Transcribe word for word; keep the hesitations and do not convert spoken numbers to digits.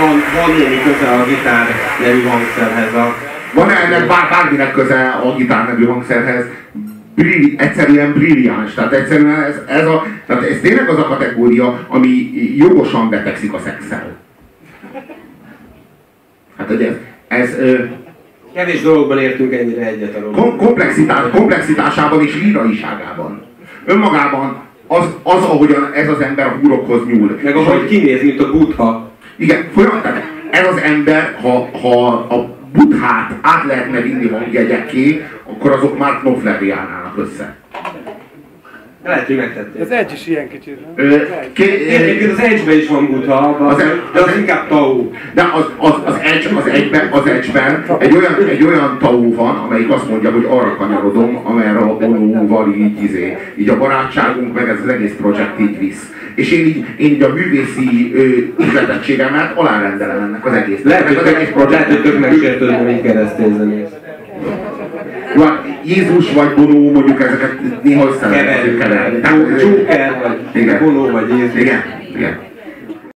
van, van némi köze a gitár nevű hangszerhez. A... Van-e ennek bár, bárminek köze a gitár nevű hangszerhez? Brilli, egyszerűen brilliáns. Tehát egyszerűen ez, ez, a, tehát ez tényleg az a kategória, ami jogosan betegszik a szexszel. Hát hogy ez... ez ö, Kevés dologban értünk ennyire egyet a kom, komplexitás, komplexitásában és líraiságában. Önmagában az, az, ahogyan ez az ember a húrokhoz nyúl. Meg ahogy kinéz, mint a Buddha. Igen, folyamatosan ez az ember, ha, ha a Buddhát át lehetne vinni hangjegyekké, akkor azok már Knopflerré állnának össze. Lehet, hogy megtették. Az Edge is ilyen kicsit, nem? Egyébként az Edge-ben is van Buddha, az, az, de az inkább Tao. De az, az, az Edge, az Edge-ben, az Edge-ben egy olyan, egy olyan Tao van, amelyik azt mondja, hogy arra kanyarodom, amerre a Bonóval így, izé, így a barátságunk, meg ez az egész projekt így visz. És én így, én így a művészi ihletettségemet alárendelem ennek az egész. Lehet, hogy az egész projekt tök megsértődni, mint keresztény zenész. Jó, hát Jézus vagy Bonó, mondjuk ezeket néha össze lehet keverni. Joker vagy Bonó vagy Jézus. Igen, igen.